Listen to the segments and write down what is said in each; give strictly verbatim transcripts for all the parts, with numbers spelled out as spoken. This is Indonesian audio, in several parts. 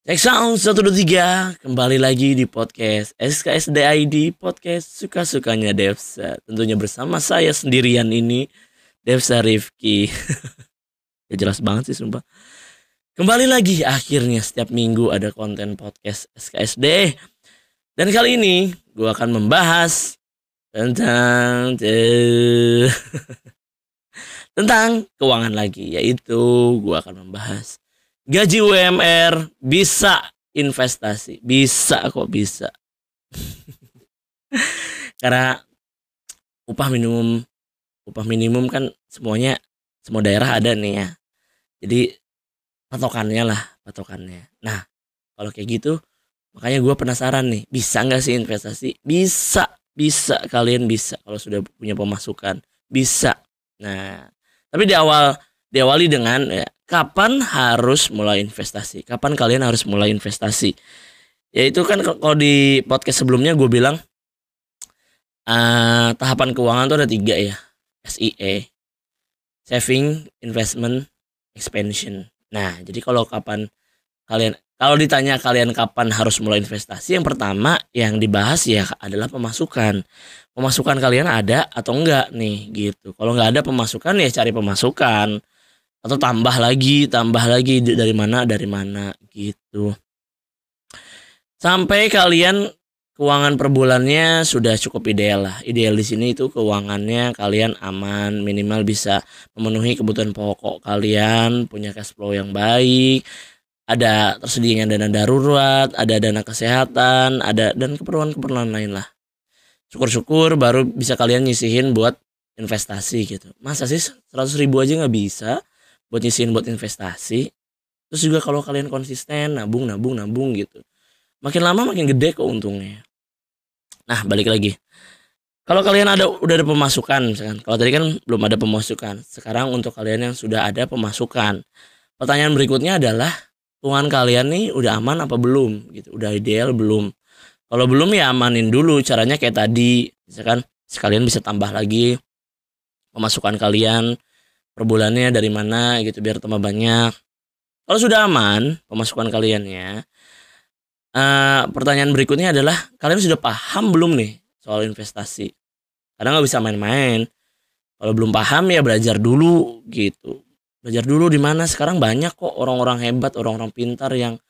Cek sound satu dua tiga. Kembali lagi di podcast S K S D I D, podcast suka-sukanya Devsa. Tentunya bersama saya sendirian ini, Devsa Rifki. Ya jelas banget sih sumpah. Kembali lagi akhirnya setiap minggu ada konten podcast S K S D. Dan kali ini gue akan membahas tentang tentang keuangan lagi, yaitu gue akan membahas gaji U M R bisa investasi, bisa kok bisa. Karena upah minimum, upah minimum kan semuanya, semua daerah ada nih ya. Jadi patokannya lah, patokannya. Nah kalau kayak gitu, makanya gue penasaran nih, bisa nggak sih investasi? Bisa, bisa, kalian bisa kalau sudah punya pemasukan, bisa. Nah tapi di awal diawali dengan ya, kapan harus mulai investasi? Kapan kalian harus mulai investasi? Ya itu kan kalau di podcast sebelumnya gue bilang uh, tahapan keuangan tuh ada tiga ya. S I E, Saving, Investment, Expansion. Nah jadi kalau kapan kalian, kalau ditanya kalian kapan harus mulai investasi, yang pertama yang dibahas ya adalah pemasukan. Pemasukan kalian ada atau enggak nih gitu. Kalau nggak ada pemasukan ya cari pemasukan. Atau tambah lagi, tambah lagi dari mana, dari mana gitu. Sampai kalian keuangan per bulannya sudah cukup ideal lah. Ideal di sini itu keuangannya kalian aman, minimal bisa memenuhi kebutuhan pokok kalian, punya cash flow yang baik, ada tersedianya dana darurat, ada dana kesehatan, ada dan keperluan-keperluan lain lah. Syukur-syukur baru bisa kalian nyisihin buat investasi gitu. Masa sih seratus ribu aja nggak bisa buat nyisihin buat investasi? Terus juga kalau kalian konsisten nabung nabung nabung gitu, makin lama makin gede kok untungnya. Nah balik lagi, kalau kalian ada udah ada pemasukan misalkan, kalau tadi kan belum ada pemasukan, sekarang untuk kalian yang sudah ada pemasukan, pertanyaan berikutnya adalah keuangan kalian nih udah aman apa belum gitu, udah ideal belum? Kalau belum ya amanin dulu, caranya kayak tadi misalkan sekalian bisa tambah lagi pemasukan kalian per bulannya dari mana gitu biar tambah banyak. Kalau sudah aman pemasukan kaliannya, uh, pertanyaan berikutnya adalah kalian sudah paham belum nih soal investasi? Karena nggak bisa main-main. Kalau belum paham ya belajar dulu gitu. Belajar dulu di mana, sekarang banyak kok orang-orang hebat, orang-orang pintar yang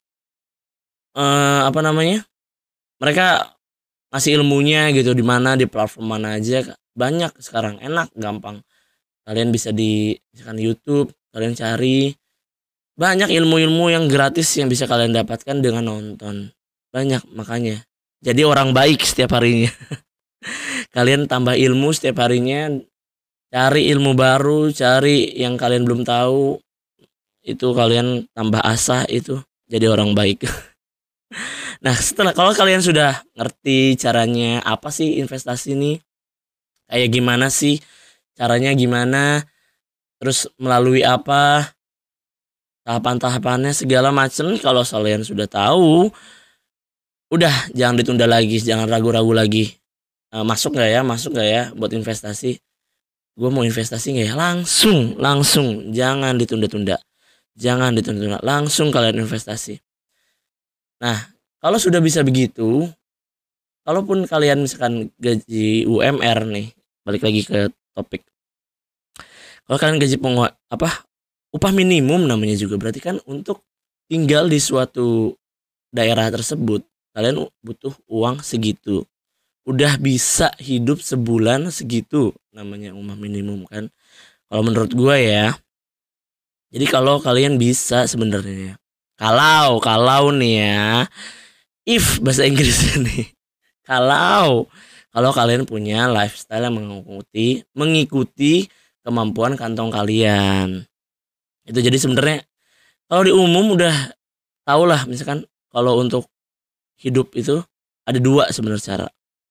uh, apa namanya? Mereka ngasih ilmunya gitu di mana, di platform mana aja. Banyak sekarang, enak, gampang. Kalian bisa di misalkan YouTube, kalian cari banyak ilmu-ilmu yang gratis yang bisa kalian dapatkan dengan nonton. Banyak makanya. Jadi orang baik setiap harinya. Kalian tambah ilmu setiap harinya, cari ilmu baru, cari yang kalian belum tahu. Itu kalian tambah asah itu jadi orang baik. Nah, setelah kalau kalian sudah ngerti caranya apa sih investasi ini? Kayak gimana sih? Caranya gimana? Terus melalui apa? Tahapan-tahapannya segala macam, kalau kalian sudah tahu, udah jangan ditunda lagi, jangan ragu-ragu lagi. E, masuk nggak ya, masuk nggak ya buat investasi? Gue mau investasi nggak ya? Langsung, langsung, jangan ditunda-tunda, jangan ditunda-tunda, langsung kalian investasi. Nah, kalau sudah bisa begitu, kalaupun kalian misalkan gaji U M R nih, balik lagi ke topik. Kalau kalian gaji pengu apa? Upah minimum namanya juga, berarti kan untuk tinggal di suatu daerah tersebut kalian butuh uang segitu. Udah bisa hidup sebulan segitu, namanya upah minimum kan. Kalau menurut gue ya. Jadi kalau kalian bisa sebenarnya, kalau kalau nih ya, if bahasa Inggrisnya nih, kalau kalau kalian punya lifestyle yang mengikuti mengikuti kemampuan kantong kalian. Itu jadi sebenarnya kalau di umum udah tau lah, misalkan kalau untuk hidup itu ada dua sebenarnya cara.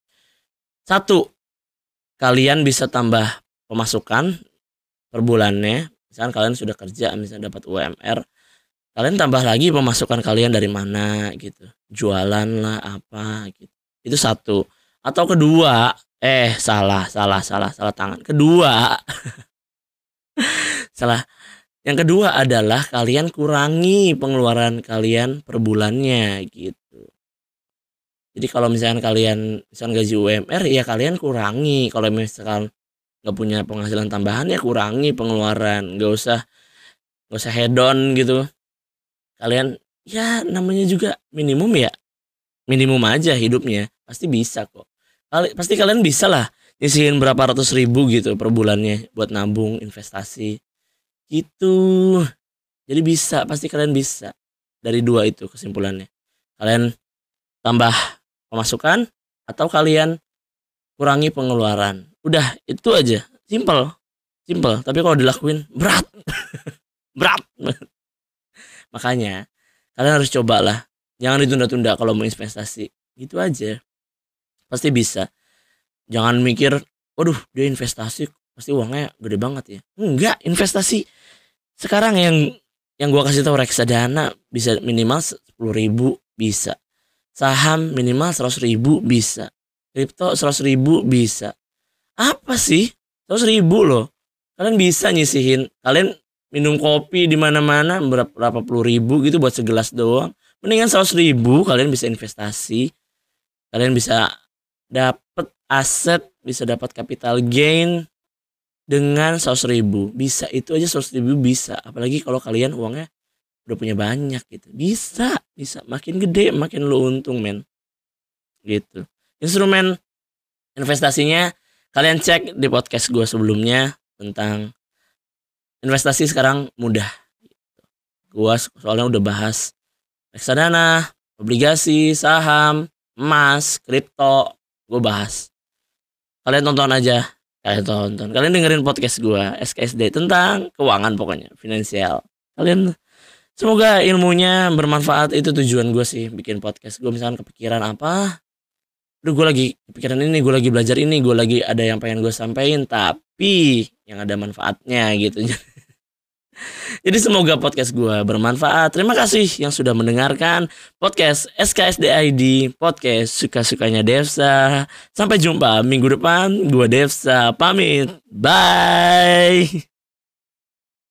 Satu, kalian bisa tambah pemasukan per bulannya. Misalkan kalian sudah kerja, misalnya dapat U M R, kalian tambah lagi pemasukan kalian dari mana gitu, jualan lah apa gitu. Itu satu. Atau kedua, eh salah salah salah salah tangan. Kedua salah Yang kedua adalah kalian kurangi pengeluaran kalian per bulannya gitu. Jadi kalau misalkan kalian misalkan gaji U M R ya kalian kurangi. Kalau misalkan nggak punya penghasilan tambahan ya kurangi pengeluaran. Nggak usah nggak usah hedon gitu. Kalian ya namanya juga minimum ya. Minimum aja hidupnya. Pasti bisa kok. Kali, pasti kalian bisa lah nyisihin berapa ratus ribu gitu per bulannya buat nabung investasi. Gitu. Jadi bisa, pasti kalian bisa. Dari dua itu kesimpulannya. Kalian tambah pemasukan atau kalian kurangi pengeluaran. Udah, itu aja. Simple. Simple, tapi kalau dilakuin berat. Berat. Makanya kalian harus cobalah. Jangan ditunda-tunda kalau mau investasi. Gitu aja. Pasti bisa. Jangan mikir, waduh, dia investasi pasti uangnya gede banget ya. Enggak, investasi sekarang yang yang gua kasih tahu reksadana bisa minimal sepuluh ribu bisa. Saham minimal seratus ribu bisa. Kripto seratus ribu bisa. Apa sih? seratus ribu loh. Kalian bisa nyisihin. Kalian minum kopi di mana-mana berapa, berapa puluh ribu gitu buat segelas doang. Mendingan seratus ribu kalian bisa investasi. Kalian bisa dapat aset, bisa dapat capital gain dengan seratus ribu. Bisa, itu aja seratus ribu bisa. Apalagi kalau kalian uangnya udah punya banyak gitu. Bisa, bisa. Makin gede makin lu untung men. Gitu. Instrumen investasinya kalian cek di podcast gue sebelumnya tentang investasi sekarang mudah. Gue soalnya udah bahas reksadana, obligasi, saham, emas, kripto. Gue bahas. Kalian tonton aja. Kalian tonton, kalian dengerin podcast gue S K S D tentang keuangan pokoknya, finansial. Kalian semoga ilmunya bermanfaat, itu tujuan gue sih bikin podcast. Gue misalkan kepikiran apa, udah gue lagi kepikiran ini, gue lagi belajar ini, gue lagi ada yang pengen gue sampaikan, tapi yang ada manfaatnya gitu. Jadi semoga podcast gue bermanfaat. Terima kasih yang sudah mendengarkan podcast S K S D I D, podcast suka-sukanya Devsa. Sampai jumpa minggu depan. Gue Devsa pamit. Bye.